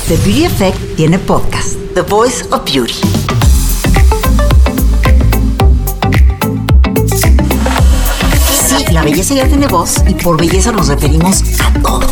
The Beauty Effect tiene podcast, The Voice of Beauty. Sí, la belleza ya tiene voz y por belleza nos referimos a todo.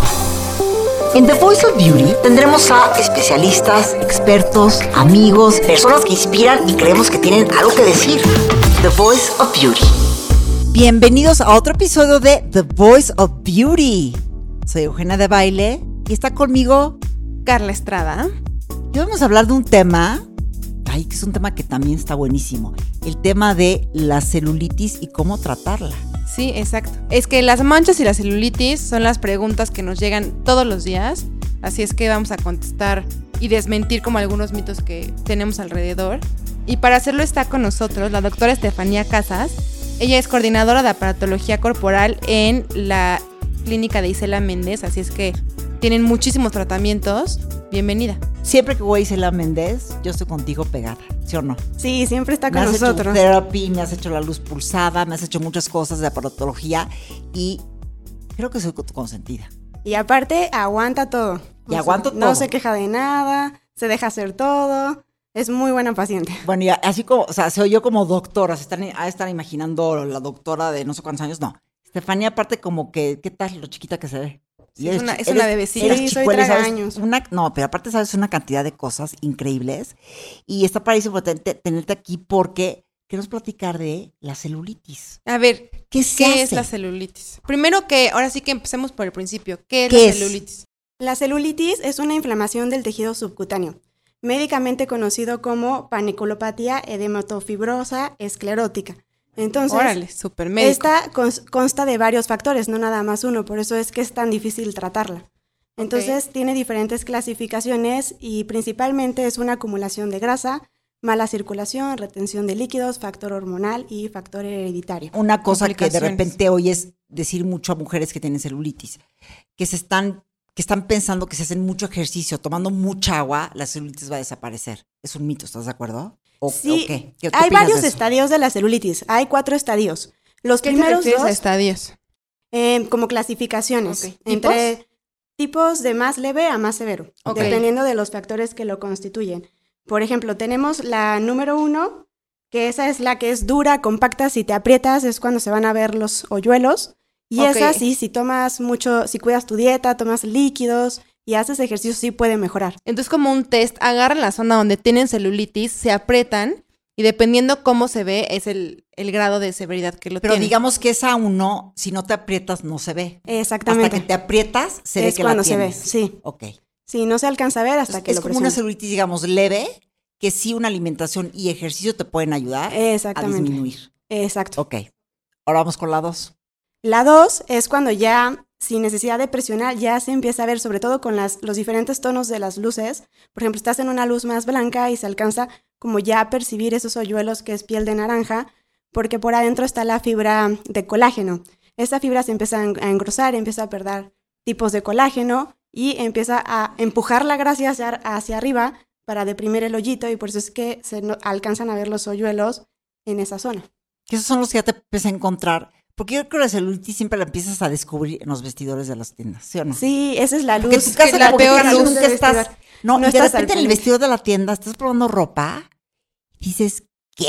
En The Voice of Beauty tendremos a especialistas, expertos, amigos, personas que inspiran y creemos que tienen algo que decir. The Voice of Beauty. Bienvenidos a otro episodio de The Voice of Beauty. Soy Eugenia de Baile y está conmigo Carla Estrada. Y vamos a hablar de un tema, que es un tema que también está buenísimo. El tema de la celulitis y cómo tratarla. Sí, exacto. Es que las manchas y la celulitis son las preguntas que nos llegan todos los días. Así es que vamos a contestar y desmentir como algunos mitos que tenemos alrededor. Y para hacerlo está con nosotros la doctora Estefanía Casas. Ella es coordinadora de aparatología corporal en la clínica de Isela Méndez. Así es que tienen muchísimos tratamientos. Bienvenida. Siempre que voy a Isela Méndez, yo estoy contigo pegada, ¿sí o no? Sí, siempre está con nosotros. Me has hecho therapy, me has hecho la luz pulsada, me has hecho muchas cosas de aparatología y creo que soy consentida. Y aparte, aguanta todo. Y aguanto todo. No se queja de nada, se deja hacer todo. Es muy buena paciente. Bueno, y así como, o sea, se oyó como doctora, se están imaginando la doctora de no sé cuántos años, no. Estefanía, aparte como que, ¿qué tal lo chiquita que se ve? Sí, es una bebecita. Sí, soy tragaños. No, pero aparte sabes una cantidad de cosas increíbles. Y está padrísimo tenerte aquí porque queremos platicar de la celulitis. A ver, ¿qué es la celulitis? Primero que, ahora sí que empecemos por el principio. ¿Qué es la celulitis? La celulitis es una inflamación del tejido subcutáneo, médicamente conocido como paniculopatía edematofibrosa esclerótica. Entonces, órale, súper médico. Esta consta de varios factores, no nada más uno, por eso es que es tan difícil tratarla. Entonces, tiene diferentes clasificaciones y principalmente es una acumulación de grasa, mala circulación, retención de líquidos, factor hormonal y factor hereditario. Una cosa que de repente oyes decir mucho a mujeres que tienen celulitis, que están pensando que si hacen mucho ejercicio, tomando mucha agua, la celulitis va a desaparecer. Es un mito, ¿estás de acuerdo? Sí, ¿o qué? ¿Qué hay varios estadios de la celulitis. Hay 4 estadios. Los primeros 2 estadios. Como clasificaciones. Okay. Entre tipos de más leve a más severo, okay, dependiendo de los factores que lo constituyen. Por ejemplo, tenemos la número 1, que esa es la que es dura, compacta. Si te aprietas es cuando se van a ver los hoyuelos. Y okay, esa sí, si tomas mucho, si cuidas tu dieta, tomas líquidos y haces ejercicio, sí puede mejorar. Entonces, como un test, agarran la zona donde tienen celulitis, se aprietan y dependiendo cómo se ve es el grado de severidad que lo tiene. Pero digamos que esa 1, si no te aprietas, no se ve. Exactamente. Hasta que te aprietas, se ve que la tienes. Es cuando se ve, sí. Ok. Sí, no se alcanza a ver hasta que lo Es como presionas. una celulitis, digamos, leve, que sí una alimentación y ejercicio te pueden ayudar a disminuir. Exacto. Ok. Ahora vamos con la 2. La 2 es cuando ya, sin necesidad de presionar, ya se empieza a ver, sobre todo con los diferentes tonos de las luces. Por ejemplo, estás en una luz más blanca y se alcanza como ya a percibir esos hoyuelos que es piel de naranja, porque por adentro está la fibra de colágeno. Esta fibra se empieza a engrosar, empieza a perder tipos de colágeno y empieza a empujar la grasa hacia arriba para deprimir el hoyito, y por eso es que alcanzan a ver los hoyuelos en esa zona. Que esos son los que ya te empiezas a encontrar. Porque yo creo que la celulitis siempre la empiezas a descubrir en los vestidores de las tiendas, ¿sí o no? Sí, esa es la luz. Porque en tu casa es la peor luz que estás. No, y de repente en el vestidor vestidor de la tienda estás probando ropa y dices, ¿qué?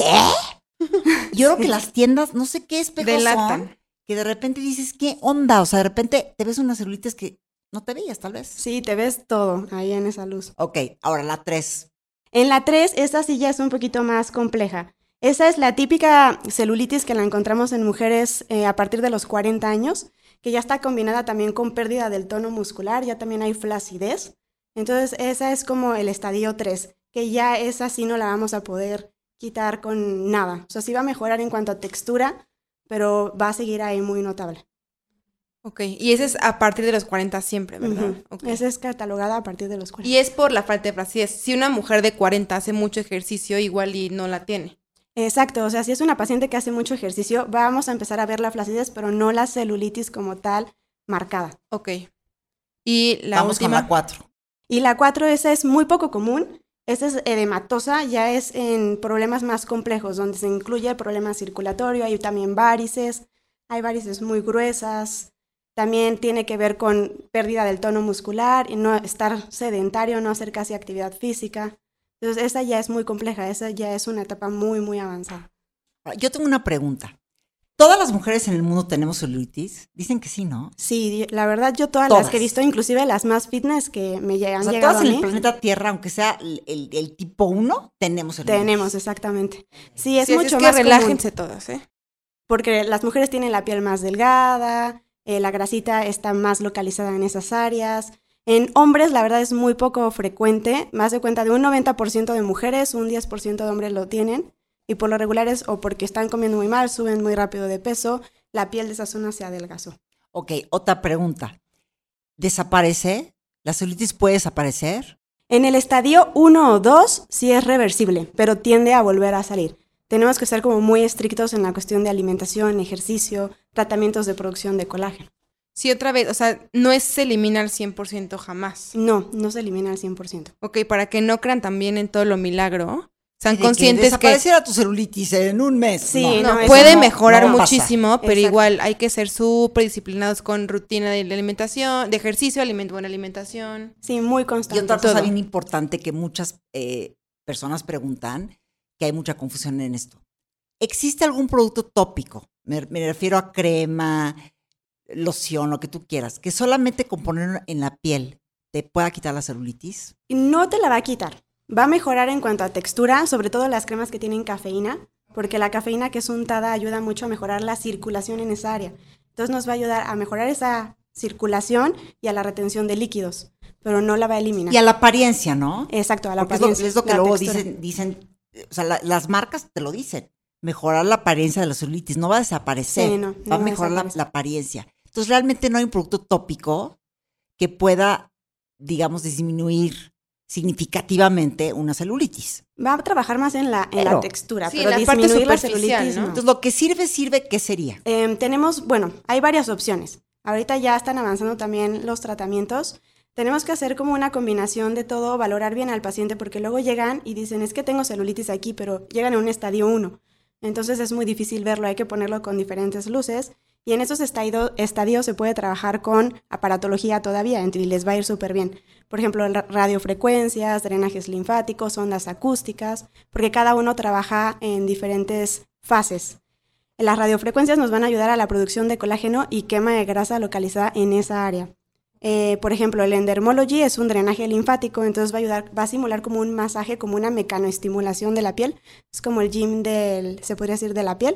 Yo creo que las tiendas, no sé qué espejos son, que de repente dices, ¿qué onda? O sea, de repente te ves una celulitis que no te veías, tal vez. Sí, te ves todo ahí en esa luz. Ok, ahora la 3. En la 3, esta sí ya es un poquito más compleja. Esa es la típica celulitis que la encontramos en mujeres a partir de los 40 años, que ya está combinada también con pérdida del tono muscular, ya también hay flacidez. Entonces, esa es como el estadio 3, que ya esa sí no la vamos a poder quitar con nada. O sea, sí va a mejorar en cuanto a textura, pero va a seguir ahí muy notable. Ok, y ese es a partir de los 40 siempre, ¿verdad? Uh-huh. Okay. Esa es catalogada a partir de los 40. Y es por la falta de flacidez. Si una mujer de 40 hace mucho ejercicio, igual y no la tiene. Exacto, o sea, si es una paciente que hace mucho ejercicio, vamos a empezar a ver la flacidez, pero no la celulitis como tal marcada. Ok. Y la Vamos última. con la 4. Y la 4, esa es muy poco común. Esa es edematosa, ya es en problemas más complejos, donde se incluye el problema circulatorio, hay también varices, hay varices muy gruesas, También tiene que ver con pérdida del tono muscular y no estar sedentario, no hacer casi actividad física. Entonces, esa ya es muy compleja, esa ya es una etapa muy, muy avanzada. Yo tengo una pregunta. ¿Todas las mujeres en el mundo tenemos celulitis? Dicen que sí, ¿no? Sí, la verdad yo todas las que he visto, inclusive las más fitness que me llegan, o sea, llegado todas a en mí, el planeta Tierra, aunque sea el tipo 1, tenemos celulitis. tenemos, exactamente. Sí, es Sí, mucho que más relájense común, todas, ¿eh? porque las mujeres tienen la piel más delgada, la grasita está más localizada en esas áreas. En hombres, la verdad, es muy poco frecuente. Más de cuenta de un 90% de mujeres, un 10% de hombres lo tienen. Y por lo regular es o porque están comiendo muy mal, suben muy rápido de peso, la piel de esa zona se adelgazó. Ok, otra pregunta. ¿Desaparece? ¿La celulitis puede desaparecer? En el estadio 1 o 2 sí es reversible, pero tiende a volver a salir. Tenemos que ser como muy estrictos en la cuestión de alimentación, ejercicio, tratamientos de producción de colágeno. Sí, otra vez, o sea, no se elimina al 100% jamás. No, no se elimina al 100%. Ok, para que no crean también en todo lo milagro, sean De conscientes que desapareciera tu celulitis en un mes. Sí, no, eso puede no- mejorar no pasa. muchísimo, pero Exacto. igual hay que ser súper disciplinados con rutina de alimentación, de ejercicio, buena alimentación. Sí, muy Y constante. otra cosa todo. bien importante que muchas personas preguntan, que hay mucha confusión en esto. ¿Existe algún producto tópico? Me refiero a crema, loción, lo que tú quieras, que solamente con ponerlo en la piel te pueda quitar la celulitis. No te la va a quitar. Va a mejorar en cuanto a textura, sobre todo las cremas que tienen cafeína, porque la cafeína que es untada ayuda mucho a mejorar la circulación en esa área. Entonces nos va a ayudar a mejorar esa circulación y a la retención de líquidos, pero no la va a eliminar. Y a la apariencia, ¿no? Exacto, a la Porque apariencia. es lo que la luego textura. dicen, o sea, las marcas te lo dicen. Mejorar la apariencia de la celulitis, no va a desaparecer, Sí, no va a va a mejorar desaparecer. la apariencia. Entonces realmente no hay un producto tópico que pueda, digamos, disminuir significativamente una celulitis. Va a trabajar más en la textura, Sí, pero en la parte disminuir la superficial, celulitis ¿no? no. Entonces lo que sirve, ¿qué sería? Tenemos, bueno, hay varias opciones. Ahorita ya están avanzando también los tratamientos. Tenemos que hacer como una combinación de todo, valorar bien al paciente, porque luego llegan y dicen, es que tengo celulitis aquí, pero llegan en un estadio 1. Entonces es muy difícil verlo, hay que ponerlo con diferentes luces. Y en esos estadios se puede trabajar con aparatología todavía, y les va a ir súper bien. Por ejemplo, radiofrecuencias, drenajes linfáticos, ondas acústicas, porque cada uno trabaja en diferentes fases. Las radiofrecuencias nos van a ayudar a la producción de colágeno y quema de grasa localizada en esa área. Por ejemplo, el endermology es un drenaje linfático, entonces va a simular como un masaje, como una mecanoestimulación de la piel. Es como el gym se podría decir, de la piel.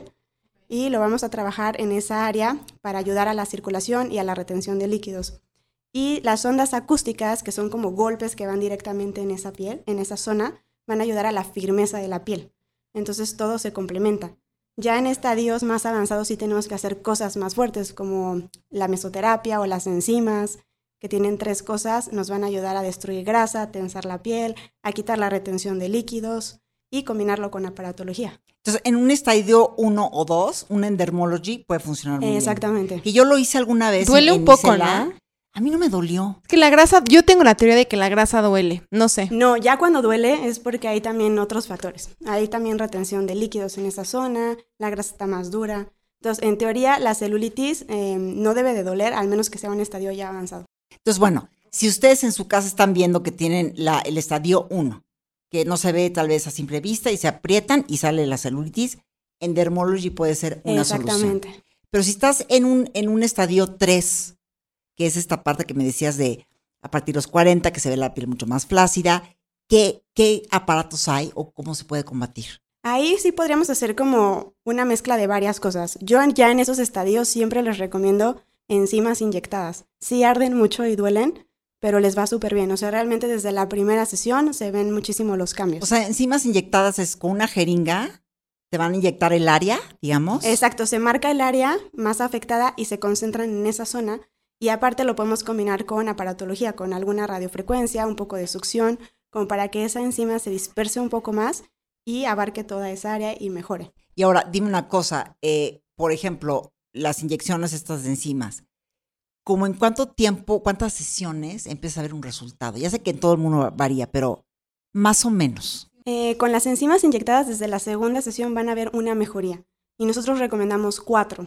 Y lo vamos a trabajar en esa área para ayudar a la circulación y a la retención de líquidos. Y las ondas acústicas, que son como golpes que van directamente en esa piel, en esa zona, van a ayudar a la firmeza de la piel. Entonces todo se complementa. Ya en estadios más avanzados sí tenemos que hacer cosas más fuertes, como la mesoterapia o las enzimas, que tienen 3 cosas, nos van a ayudar a destruir grasa, a tensar la piel, a quitar la retención de líquidos y combinarlo con aparatología. Entonces, en un estadio 1 o 2, un endermology puede funcionar muy Exactamente. bien. Y yo lo hice alguna vez. Duele un poco, ¿no? A mí no me dolió. Es que la grasa, yo tengo la teoría de que la grasa duele, no sé. No, ya cuando duele es porque hay también otros factores. Hay también retención de líquidos en esa zona, la grasa está más dura. Entonces, en teoría, la celulitis no debe de doler, al menos que sea un estadio ya avanzado. Entonces, bueno, si ustedes en su casa están viendo que tienen el estadio 1, que no se ve tal vez a simple vista y se aprietan y sale la celulitis, endermology puede ser una solución. Exactamente. Pero si estás en un estadio 3, que es esta parte que me decías de a partir de los 40, que se ve la piel mucho más flácida, ¿qué aparatos hay o cómo se puede combatir? Ahí sí podríamos hacer como una mezcla de varias cosas. Yo ya en esos estadios siempre les recomiendo enzimas inyectadas. Sí arden mucho y duelen, pero les va súper bien. O sea, realmente desde la primera sesión se ven muchísimo los cambios. O sea, enzimas inyectadas es con una jeringa, te van a inyectar el área, digamos. Exacto, se marca el área más afectada y se concentran en esa zona. Y aparte lo podemos combinar con aparatología, con alguna radiofrecuencia, un poco de succión, como para que esa enzima se disperse un poco más y abarque toda esa área y mejore. Y ahora, dime una cosa, por ejemplo, las inyecciones estas de enzimas, ¿cómo en cuánto tiempo, cuántas sesiones empieza a ver un resultado? Ya sé que en todo el mundo varía, pero más o menos. Con las enzimas inyectadas desde la segunda sesión van a ver una mejoría y nosotros recomendamos 4.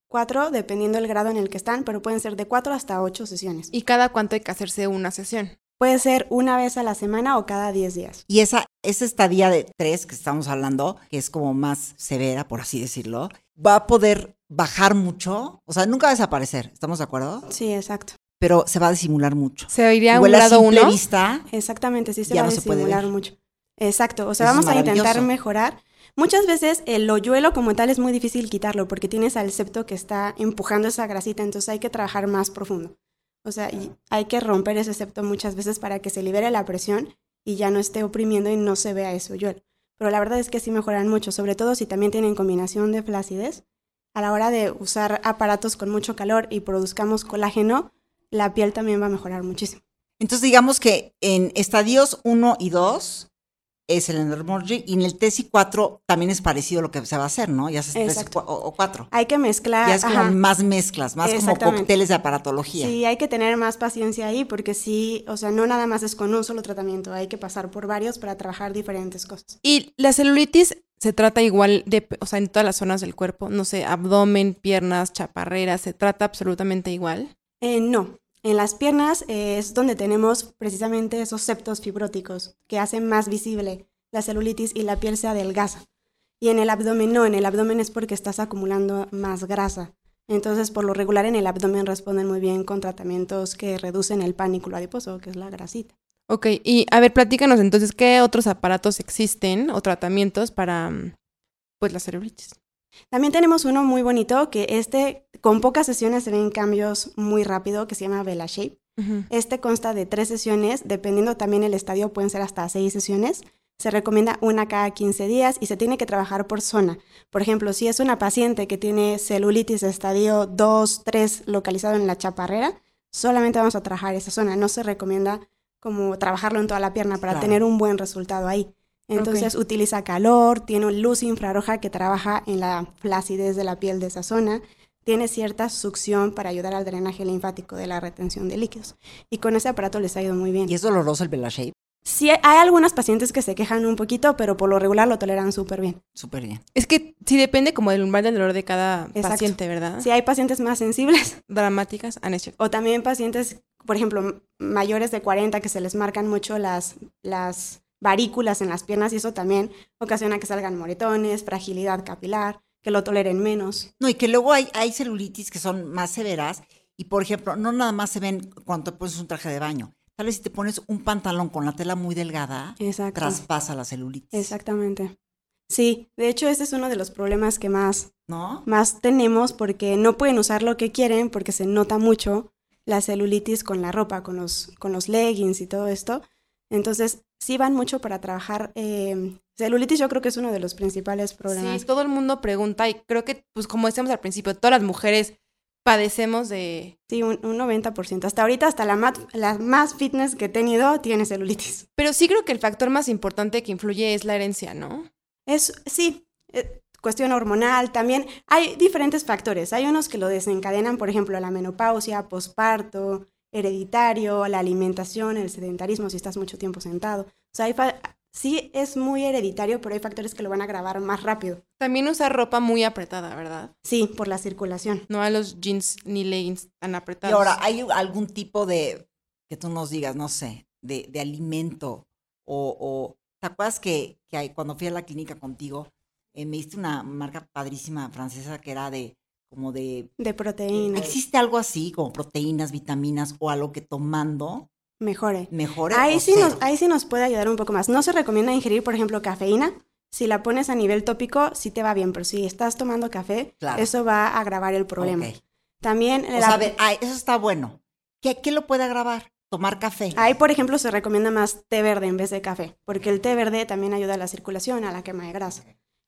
4, dependiendo del grado en el que están, pero pueden ser de 4 hasta 8 sesiones. ¿Y cada cuánto hay que hacerse una sesión? Puede ser una vez a la semana o cada 10 días. Y esa estadía de 3 que estamos hablando, que es como más severa, por así decirlo, va a poder bajar mucho, o sea, nunca va a desaparecer, ¿estamos de acuerdo? Sí, exacto. Pero se va a disimular mucho. ¿Se iría a Igual un grado a simple 1? vista, Exactamente, sí se ya va a no se puede disimular ver. mucho. Exacto, o sea, Eso es vamos a intentar maravilloso. mejorar. Muchas veces el hoyuelo como tal es muy difícil quitarlo porque tienes al septo que está empujando esa grasita, entonces hay que trabajar más profundo. O sea, y hay que romper ese septo muchas veces para que se libere la presión y ya no esté oprimiendo y no se vea ese hoyuelo. Pero la verdad es que sí mejoran mucho, sobre todo si también tienen combinación de flacidez. A la hora de usar aparatos con mucho calor y produzcamos colágeno, la piel también va a mejorar muchísimo. entonces digamos que en estadios 1 y 2 es el endermology y en el TESI 4 también es parecido a lo que se va a hacer, ¿no? Ya sea TESI Exacto. o 4. Hay que mezclar. Ya es como ajá. más mezclas, más como Exactamente. cócteles de aparatología. Sí, hay que tener más paciencia ahí porque sí, o sea, no nada más es con un solo tratamiento, hay que pasar por varios para trabajar diferentes cosas. ¿Y la celulitis se trata igual o sea, en todas las zonas del cuerpo? No sé, abdomen, piernas, chaparreras, ¿se trata absolutamente igual? No, en las piernas es donde tenemos precisamente esos septos fibróticos que hacen más visible la celulitis y la piel se adelgaza. Y en el abdomen no, en el abdomen es porque estás acumulando más grasa. Entonces, por lo regular en el abdomen responden muy bien con tratamientos que reducen el pániculo adiposo, que es la grasita. Ok, y a ver, platícanos entonces, ¿qué otros aparatos existen o tratamientos para, pues, la celulitis? También tenemos uno muy bonito que con pocas sesiones se ven cambios muy rápido, que se llama VelaShape. Uh-huh. Este consta de 3 sesiones, dependiendo también el estadio, pueden ser hasta 6 sesiones. Se recomienda una cada 15 días y se tiene que trabajar por zona. Por ejemplo, si es una paciente que tiene celulitis de estadio 2, 3 localizado en la chaparrera, solamente vamos a trabajar esa zona. No se recomienda como trabajarlo en toda la pierna para tener un buen resultado ahí. Entonces utiliza calor, tiene luz infrarroja que trabaja en la flacidez de la piel de esa zona, tiene cierta succión para ayudar al drenaje linfático de la retención de líquidos. Y con ese aparato les ha ido muy bien. ¿Y es doloroso el VelaShape? Sí, hay algunas pacientes que se quejan un poquito, pero por lo regular lo toleran súper bien. Súper bien. Es que sí depende como del umbral del dolor de cada paciente, ¿verdad? Sí, hay pacientes más sensibles. Dramáticas, o también pacientes, por ejemplo, mayores de 40 que se les marcan mucho las varículas en las piernas y eso también ocasiona que salgan moretones, fragilidad capilar, que lo toleren menos. No, y que luego hay celulitis que son más severas y, por ejemplo, no nada más se ven cuando te pones un traje de baño. Tal vez si te pones un pantalón con la tela muy delgada, Exacto. traspasa la celulitis. Exactamente. Sí, de hecho ese es uno de los problemas que más ¿no? tenemos porque no pueden usar lo que quieren porque se nota mucho la celulitis con la ropa, con los leggings y todo esto. Entonces, sí van mucho para trabajar. Celulitis yo creo que es uno de los principales problemas. Sí, todo el mundo pregunta y creo que, pues como decíamos al principio, todas las mujeres padecemos de... Sí, un 90%. Hasta ahorita, hasta la más fitness que he tenido tiene celulitis. Pero sí creo que el factor más importante que influye es la herencia, ¿no? Sí, cuestión hormonal. También hay diferentes factores. Hay unos que lo desencadenan, por ejemplo, la menopausia, posparto, hereditario, la alimentación, el sedentarismo, si estás mucho tiempo sentado. O sea, sí es muy hereditario, pero hay factores que lo van a agravar más rápido. También usar ropa muy apretada, ¿verdad? Sí, por la circulación. No a los jeans ni leggings tan apretados. Y ahora, ¿hay algún tipo de, que tú nos digas, no sé, de alimento o ¿te acuerdas que cuando fui a la clínica contigo, me diste una marca padrísima francesa que era de proteínas. ¿Existe algo así, como proteínas, vitaminas o algo que tomando mejore? Ahí sí nos puede ayudar un poco más. No se recomienda ingerir, por ejemplo, cafeína. Si la pones a nivel tópico, sí te va bien, pero si estás tomando café, eso va a agravar el problema. Okay. También... a ver, eso está bueno. ¿Qué lo puede agravar? Tomar café. Ahí, por ejemplo, se recomienda más té verde en vez de café, porque el té verde también ayuda a la circulación, a la quema de grasa.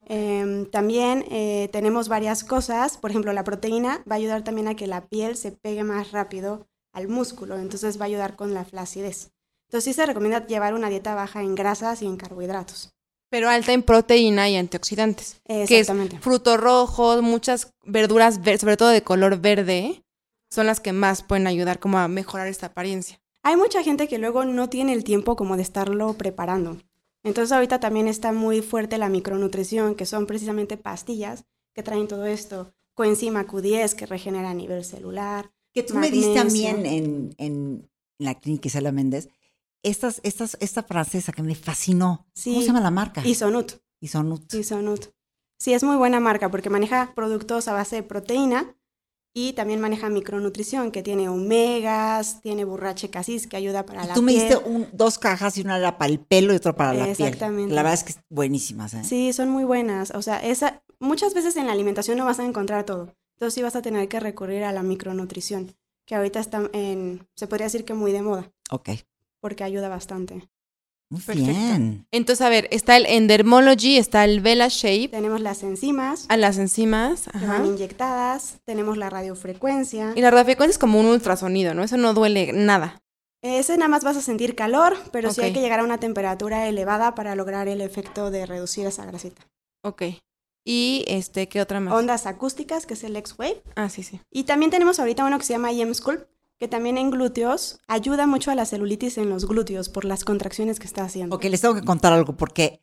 También tenemos varias cosas, por ejemplo, la proteína va a ayudar también a que la piel se pegue más rápido al músculo, entonces va a ayudar con la flacidez. Entonces sí se recomienda llevar una dieta baja en grasas y en carbohidratos. Pero alta en proteína y antioxidantes. Exactamente. Que es frutos rojos, muchas verduras, sobre todo de color verde, son las que más pueden ayudar como a mejorar esta apariencia. Hay mucha gente que luego no tiene el tiempo como de estarlo preparando. Entonces ahorita también está muy fuerte la micronutrición, que son precisamente pastillas que traen todo esto. coenzima Q10 que regenera a nivel celular. Que tú magnesio. me diste a mí en la clínica Isela Méndez, esta francesa que me fascinó. Sí. ¿Cómo se llama la marca? Isonut. Isonut. Sí, es muy buena marca porque maneja productos a base de proteína y también maneja micronutrición, que tiene omegas, tiene borrache casis que ayuda para la Tú me piel. diste 2 cajas y una era para el pelo y otra para la piel. Exactamente. La verdad es que buenísimas, ¿eh? Sí, son muy buenas. O sea, muchas veces en la alimentación no vas a encontrar todo. Entonces sí vas a tener que recurrir a la micronutrición, que ahorita está se podría decir que muy de moda, Ok. porque ayuda bastante. Muy Perfecto. bien. Entonces, a ver, está el Endermology, está el Vela Shape, Tenemos las enzimas a las enzimas, que van inyectadas, tenemos la radiofrecuencia. Y la radiofrecuencia es como un ultrasonido, ¿no? Eso no duele nada. Ese nada más vas a sentir calor, pero sí Ok. hay que llegar a una temperatura elevada para lograr el efecto de reducir esa grasita. Ok. Y ¿qué otra más? Ondas acústicas, que es el X-Wave. Ah, sí, sí. Y también tenemos ahorita uno que se llama IM Sculpt, que también en glúteos ayuda mucho a la celulitis en los glúteos por las contracciones que está haciendo. Ok, les tengo que contar algo porque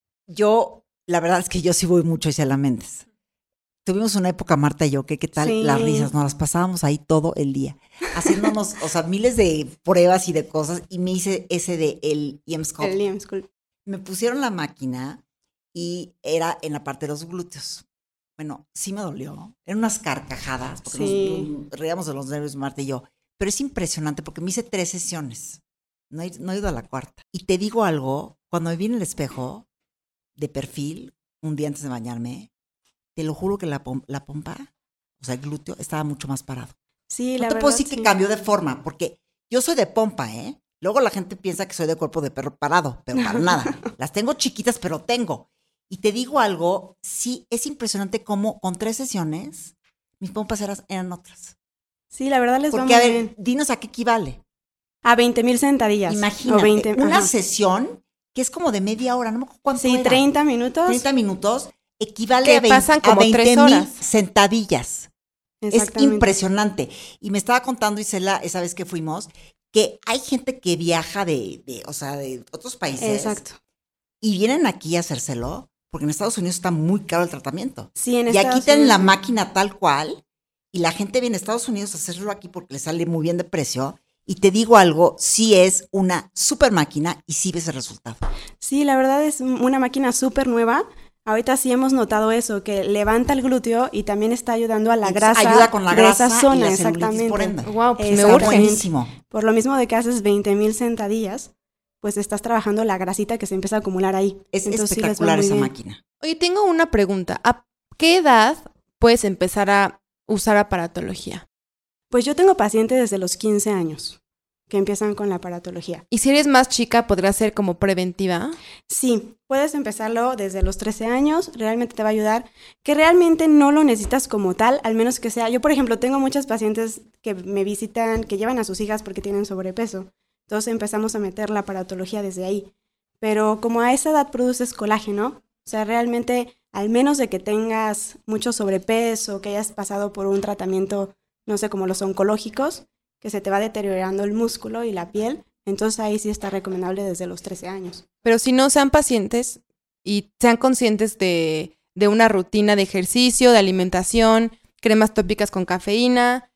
la verdad es que yo sí voy mucho a Isela Méndez. Tuvimos una época, Marta y yo, que qué tal Sí. las risas, nos las pasábamos ahí todo el día, haciéndonos, o sea, miles de pruebas y de cosas, y me hice ese de el IM Sculpt. El IM Sculpt. Me pusieron la máquina y era en la parte de los glúteos. Bueno, sí me dolió. Eran unas carcajadas, porque Sí. nos reíamos de los nervios, Marta y yo. Pero es impresionante porque me hice 3 sesiones. No he ido a la 4ª. Y te digo algo, cuando me vi en el espejo, de perfil, un día antes de bañarme, te lo juro que la pompa, o sea, el glúteo, estaba mucho más parado. Sí, No la te verdad, puedo decir que sí. cambió de forma, porque yo soy de pompa, ¿eh? Luego la gente piensa que soy de cuerpo de perro parado, pero para nada. Las tengo chiquitas, pero tengo. Y te digo algo, sí, es impresionante cómo con 3 sesiones mis pompas eran otras. Sí, la verdad les va Porque, muy a ver, bien. dinos a qué equivale. A 20,000 sentadillas. Imagínate, O 20, una ajá. sesión que es como de media hora, no me acuerdo cuánto Sí, era. 30 minutos. 30 minutos equivale Que a 20 pasan como 3 20,000 horas. sentadillas. Es Exactamente. impresionante. Y me estaba contando Isela, esa vez que fuimos, que hay gente que viaja de otros países Exacto. y vienen aquí a hacérselo, porque en Estados Unidos está muy caro el tratamiento. Sí, en Y aquí Estados tienen la Unidos. máquina tal cual, y la gente viene a Estados Unidos a hacerlo aquí porque le sale muy bien de precio. Y te digo algo, sí es una super máquina y sí ves el resultado. Sí, la verdad es una máquina súper nueva. Ahorita sí hemos notado eso, que levanta el glúteo y también está ayudando a la Entonces, grasa ayuda con la de grasa esa zona, y la celulitis exactamente. por ende. Wow, pues me Está urge. buenísimo. Por lo mismo de que haces 20,000 sentadillas, pues estás trabajando la grasita que se empieza a acumular ahí. Es Entonces, sí les va espectacular muy esa bien. máquina. Oye, tengo una pregunta. ¿A qué edad puedes empezar a usar aparatología? Pues yo tengo pacientes desde los 15 años que empiezan con la aparatología. Y si eres más chica, ¿podría ser como preventiva? Sí, puedes empezarlo desde los 13 años, realmente te va a ayudar, que realmente no lo necesitas como tal, al menos que sea. Yo, por ejemplo, tengo muchas pacientes que me visitan, que llevan a sus hijas porque tienen sobrepeso. Entonces empezamos a meter la aparatología desde ahí. Pero como a esa edad produces colágeno, o sea, realmente, al menos de que tengas mucho sobrepeso, que hayas pasado por un tratamiento, no sé, como los oncológicos, que se te va deteriorando el músculo y la piel, entonces ahí sí está recomendable desde los 13 años. Pero si no, sean pacientes y sean conscientes de una rutina de ejercicio, de alimentación, cremas tópicas con cafeína,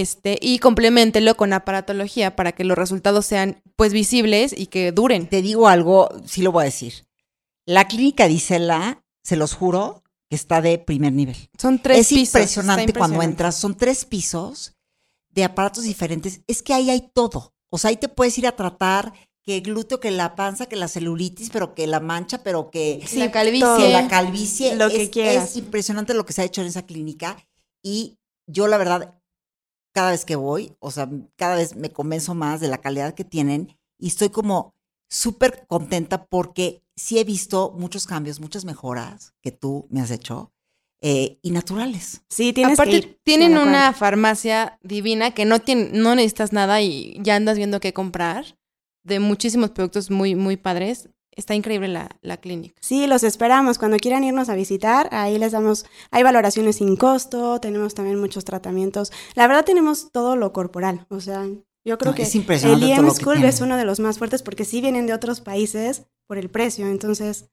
y compleméntelo con aparatología para que los resultados sean pues visibles y que duren. Te digo algo, sí lo voy a decir. La clínica de Isela, se los juro, que está de primer nivel. Son 3 Es pisos. impresionante Está cuando impresionante. entras. Son 3 pisos de aparatos diferentes. Es que ahí hay todo. O sea, ahí te puedes ir a tratar que el glúteo, que la panza, que la celulitis, pero que la mancha, pero que, Sí, la calvicie. que la calvicie. Lo que quieras. Es impresionante lo que se ha hecho en esa clínica. Y yo, la verdad, cada vez que voy, o sea, cada vez me convenzo más de la calidad que tienen y estoy como súper contenta porque sí he visto muchos cambios, muchas mejoras que tú me has hecho y naturales. Sí, tienes Aparte, que ir. tienen Me da una cuenta. farmacia divina que no necesitas nada y ya andas viendo qué comprar, de muchísimos productos muy, muy padres. Está increíble la clínica. Sí, los esperamos. Cuando quieran irnos a visitar, ahí les damos, hay valoraciones sin costo, tenemos también muchos tratamientos. La verdad tenemos todo lo corporal, o sea, yo creo No, que es impresionante el todo IM lo que School tienen. es uno de los más fuertes porque sí vienen de otros países por el precio, entonces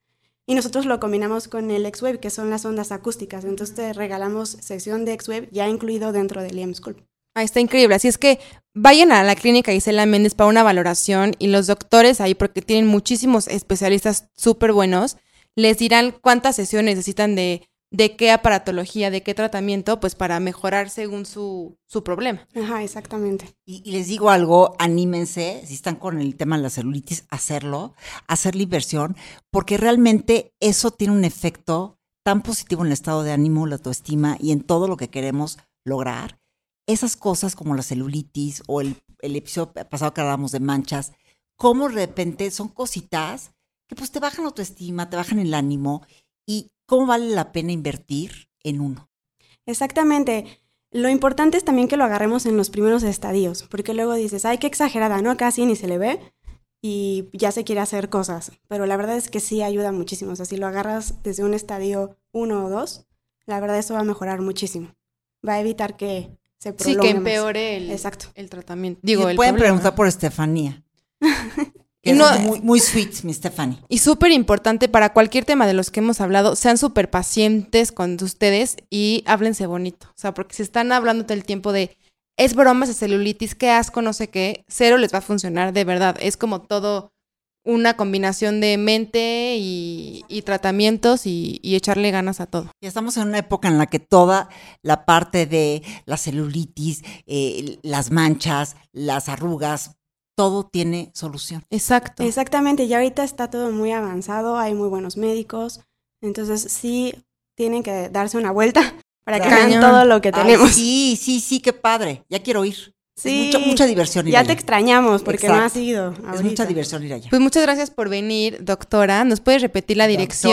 Y nosotros lo combinamos con el X-Wave, que son las ondas acústicas. Entonces te regalamos sesión de X-Wave ya incluido dentro del EM Sculpt. Ah, está increíble. Así es que vayan a la clínica Isela Méndez para una valoración y los doctores ahí, porque tienen muchísimos especialistas súper buenos, les dirán cuántas sesiones necesitan de qué aparatología, de qué tratamiento, pues para mejorar según su problema. Ajá, exactamente. Y les digo algo, anímense, si están con el tema de la celulitis, hacer la inversión, porque realmente eso tiene un efecto tan positivo en el estado de ánimo, la autoestima y en todo lo que queremos lograr. Esas cosas como la celulitis o el episodio pasado que hablábamos de manchas, como de repente son cositas que pues te bajan la autoestima, te bajan el ánimo y cómo vale la pena invertir en uno. Exactamente. Lo importante es también que lo agarremos en los primeros estadios, porque luego dices, ay, qué exagerada, ¿no? Casi ni se le ve y ya se quiere hacer cosas. Pero la verdad es que sí ayuda muchísimo. O sea, si lo agarras desde un estadio 1 o 2, la verdad eso va a mejorar muchísimo. Va a evitar que se prolongue que empeore el tratamiento. Digo, y el pueden problema. preguntar por Estefanía. Que No, es muy, muy sweet, mi Stephanie. Y súper importante para cualquier tema de los que hemos hablado, sean súper pacientes con ustedes y háblense bonito. O sea, porque si están hablando todo el tiempo de es bromas de celulitis, qué asco, no sé qué, cero les va a funcionar, de verdad. Es como todo una combinación de mente y tratamientos y echarle ganas a todo. Y estamos en una época en la que toda la parte de la celulitis, las manchas, las arrugas, todo tiene solución. Exacto. Exactamente, ya ahorita está todo muy avanzado, hay muy buenos médicos, entonces sí tienen que darse una vuelta para que vean todo lo que tenemos. Ay, sí, qué padre, ya quiero ir. Sí, es mucha diversión ir ya allá. te extrañamos porque Exacto. no has ido ahorita. Es mucha diversión ir allá. Pues muchas gracias por venir, doctora. ¿Nos puedes repetir la dirección,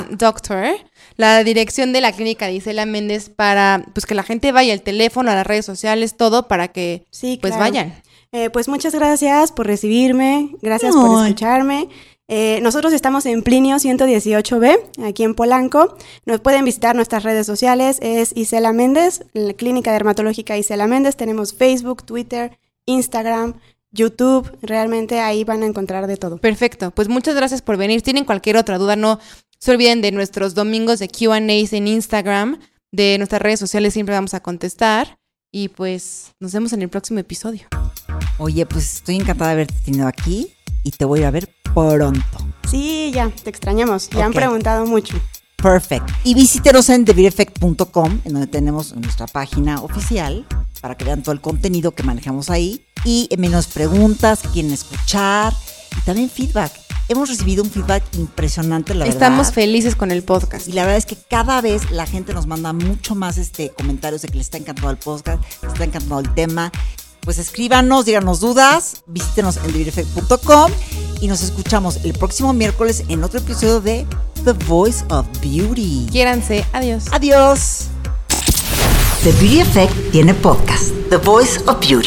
la dirección de la clínica de Isela Méndez para pues que la gente vaya, el teléfono, a las redes sociales, todo para que pues claro. vayan? Pues muchas gracias por recibirme, gracias por escucharme. Nosotros estamos en Plinio 118B, aquí en Polanco. Nos pueden visitar nuestras redes sociales, es Isela Méndez, la Clínica Dermatológica Isela Méndez. Tenemos Facebook, Twitter, Instagram, YouTube. Realmente ahí van a encontrar de todo. Perfecto, pues muchas gracias por venir. Si tienen cualquier otra duda, no se olviden de nuestros domingos de Q&As en Instagram, de nuestras redes sociales, siempre vamos a contestar. Y pues nos vemos en el próximo episodio. Oye, pues estoy encantada de haberte tenido aquí y te voy a ir a ver pronto. Sí, ya, te extrañamos. Ya han preguntado mucho. Perfecto. Y visítenos en TheBeautyEffect.com, en donde tenemos nuestra página oficial para que vean todo el contenido que manejamos ahí. Y envíenos preguntas, quieren escuchar y también feedback. Hemos recibido un feedback impresionante, la verdad. Estamos felices con el podcast. Y la verdad es que cada vez la gente nos manda mucho más comentarios de que les está encantando el podcast, les está encantando el tema. Pues escríbanos, díganos dudas, visítenos en TheBeautyEffect.com y nos escuchamos el próximo miércoles en otro episodio de The Voice of Beauty. Quiéranse, adiós. Adiós. The Beauty Effect tiene podcast, The Voice of Beauty.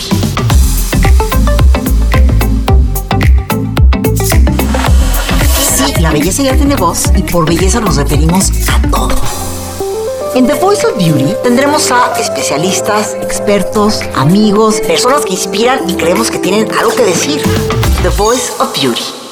Sí, la belleza ya tiene voz y por belleza nos referimos a todo. En The Voice of Beauty tendremos a especialistas, expertos, amigos, personas que inspiran y creemos que tienen algo que decir. The Voice of Beauty.